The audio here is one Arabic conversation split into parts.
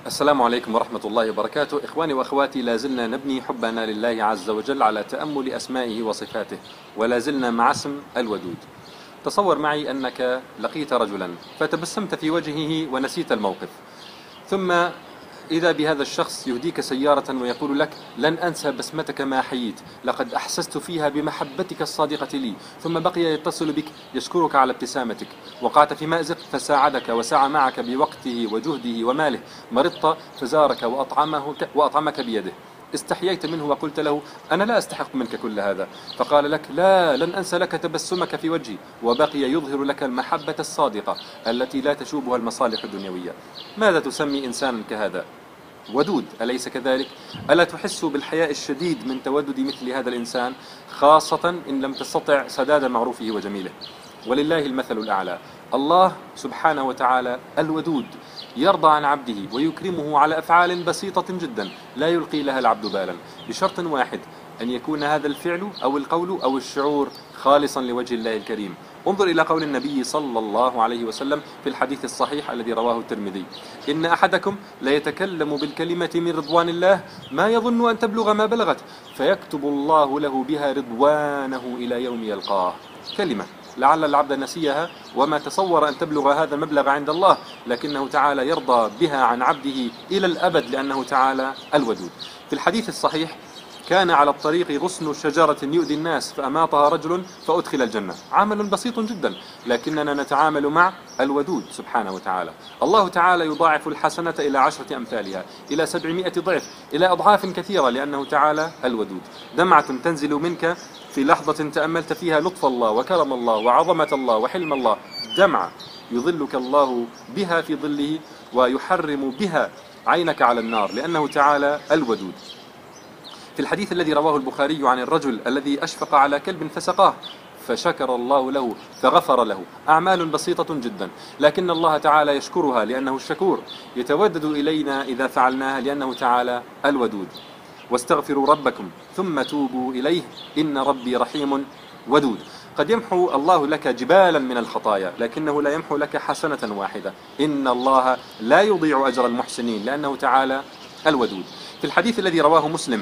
السلام عليكم ورحمة الله وبركاته. إخواني وأخواتي، لازلنا نبني حبنا لله عز وجل على تأمل أسمائه وصفاته، ولازلنا مع اسم الودود. تصور معي أنك لقيت رجلا فتبسمت في وجهه ونسيت الموقف، ثم إذا بهذا الشخص يهديك سيارة ويقول لك: لن أنسى بسمتك ما حييت، لقد أحسست فيها بمحبتك الصادقة لي. ثم بقي يتصل بك يشكرك على ابتسامتك. وقعت في مأزق فساعدك وسعى معك بوقته وجهده وماله. مرضت فزارك وأطعمك بيده. استحييت منه وقلت له: أنا لا أستحق منك كل هذا. فقال لك: لا، لن أنسى لك تبسمك في وجهي. وبقي يظهر لك المحبة الصادقة التي لا تشوبها المصالح الدنيوية. ماذا تسمي إنسانا كهذا؟ ودود، أليس كذلك؟ ألا تحس بالحياء الشديد من تودد مثل هذا الإنسان، خاصة إن لم تستطع سداد معروفه وجميله؟ ولله المثل الأعلى. الله سبحانه وتعالى الودود يرضى عن عبده ويكرمه على أفعال بسيطة جدا لا يلقي لها العبد بالا، بشرط واحد: أن يكون هذا الفعل أو القول أو الشعور خالصا لوجه الله الكريم. انظر إلى قول النبي صلى الله عليه وسلم في الحديث الصحيح الذي رواه الترمذي: إن أحدكم ليتكلم بالكلمة من رضوان الله ما يظن أن تبلغ ما بلغت، فيكتب الله له بها رضوانه إلى يوم يلقاه. كلمة لعل العبد نسيها وما تصور أن تبلغ هذا المبلغ عند الله، لكنه تعالى يرضى بها عن عبده إلى الأبد، لأنه تعالى الودود. في الحديث الصحيح: كان على الطريق غصن شجرة يؤذي الناس فأماطها رجل فأدخل الجنة. عمل بسيط جدا، لكننا نتعامل مع الودود سبحانه وتعالى. الله تعالى يضاعف الحسنة إلى 10 أمثالها، إلى 700 ضعف، إلى أضعاف كثيرة، لأنه تعالى الودود. دمعة تنزل منك في لحظة تأملت فيها لطف الله وكرم الله وعظمة الله وحلم الله، دمعة يظلك الله بها في ظله ويحرم بها عينك على النار، لأنه تعالى الودود. في الحديث الذي رواه البخاري عن الرجل الذي أشفق على كلب فسقاه فشكر الله له فغفر له. أعمال بسيطة جدا، لكن الله تعالى يشكرها لأنه الشكور، يتودد إلينا إذا فعلناها لأنه تعالى الودود. واستغفروا ربكم ثم توبوا إليه إن ربي رحيم ودود. قد يمحو الله لك جبالا من الخطايا، لكنه لا يمحو لك حسنة واحدة. إن الله لا يضيع أجر المحسنين، لأنه تعالى الودود. في الحديث الذي رواه مسلم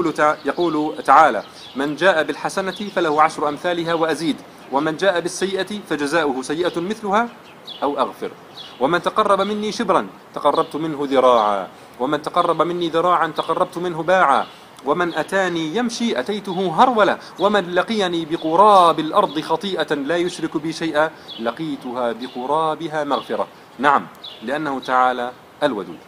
يقول تعالى: من جاء بالحسنة فله 10 أمثالها وأزيد، ومن جاء بالسيئة فجزاؤه سيئة مثلها أو أغفر. ومن تقرب مني شبرا تقربت منه ذراعا، ومن تقرب مني ذراعا تقربت منه باعا، ومن أتاني يمشي أتيته هرولة، ومن لقيني بقراب الأرض خطيئة لا يشرك بي شيئا لقيتها بقرابها مغفرة. نعم، لأنه تعالى الودود.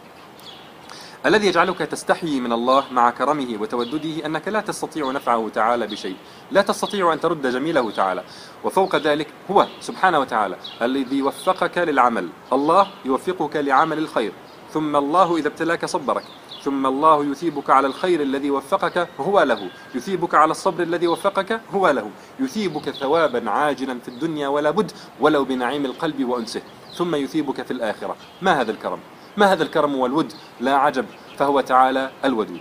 الذي يجعلك تستحيي من الله مع كرمه وتودده أنك لا تستطيع نفعه تعالى بشيء، لا تستطيع أن ترد جميله تعالى. وفوق ذلك هو سبحانه وتعالى الذي وفقك للعمل. الله يوفقك لعمل الخير، ثم الله إذا ابتلاك صبرك، ثم الله يثيبك على الخير الذي وفقك هو له، يثيبك على الصبر الذي وفقك هو له، يثيبك ثوابا عاجلا في الدنيا ولا بد ولو بنعيم القلب وأنسه، ثم يثيبك في الآخرة. ما هذا الكرم؟ ما هذا الكرم والود؟ لا عجب، فهو تعالى الودود.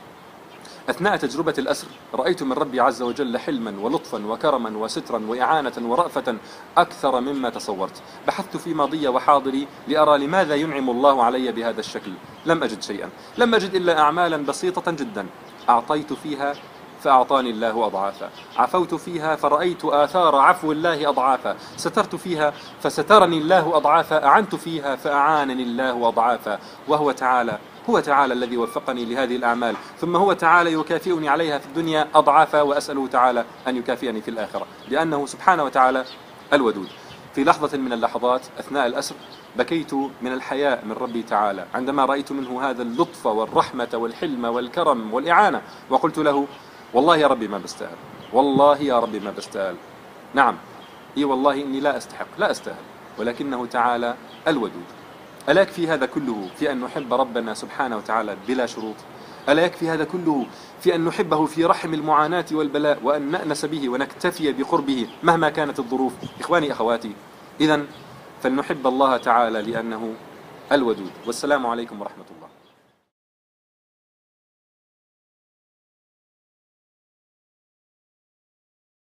أثناء تجربة الأسر رأيت من ربي عز وجل حلما ولطفا وكرما وسترا وإعانة ورأفة أكثر مما تصورت. بحثت في ماضي وحاضري لأرى لماذا ينعم الله علي بهذا الشكل. لم أجد شيئا، لم أجد إلا أعمالا بسيطة جدا أعطيت فيها فأعطاني الله أضعافا، عفوت فيها فرأيت آثار عفو الله أضعافا، سترت فيها فسترني الله أضعافا، أعنت فيها فأعانني الله أضعافا. وهو تعالى، هو تعالى الذي وفقني لهذه الأعمال، ثم هو تعالى يكافئني عليها في الدنيا أضعافا، وأسأله تعالى أن يكافئني في الآخرة، لأنه سبحانه وتعالى الودود. في لحظة من اللحظات أثناء الأسر بكيت من الحياء من ربي تعالى عندما رأيت منه هذا اللطف والرحمة والحلم والكرم والإعانة، وقلت له: والله يا ربي ما بستاهل، والله يا ربي ما بستاهل. نعم، إي والله إني لا أستحق، لا أستاهل، ولكنه تعالى الودود. ألا يكفي هذا كله في أن نحب ربنا سبحانه وتعالى بلا شروط؟ ألا يكفي هذا كله في أن نحبه في رحم المعاناة والبلاء، وأن نأنس به ونكتفي بقربه مهما كانت الظروف؟ إخواني أخواتي، إذن فلنحب الله تعالى لأنه الودود. والسلام عليكم ورحمة الله.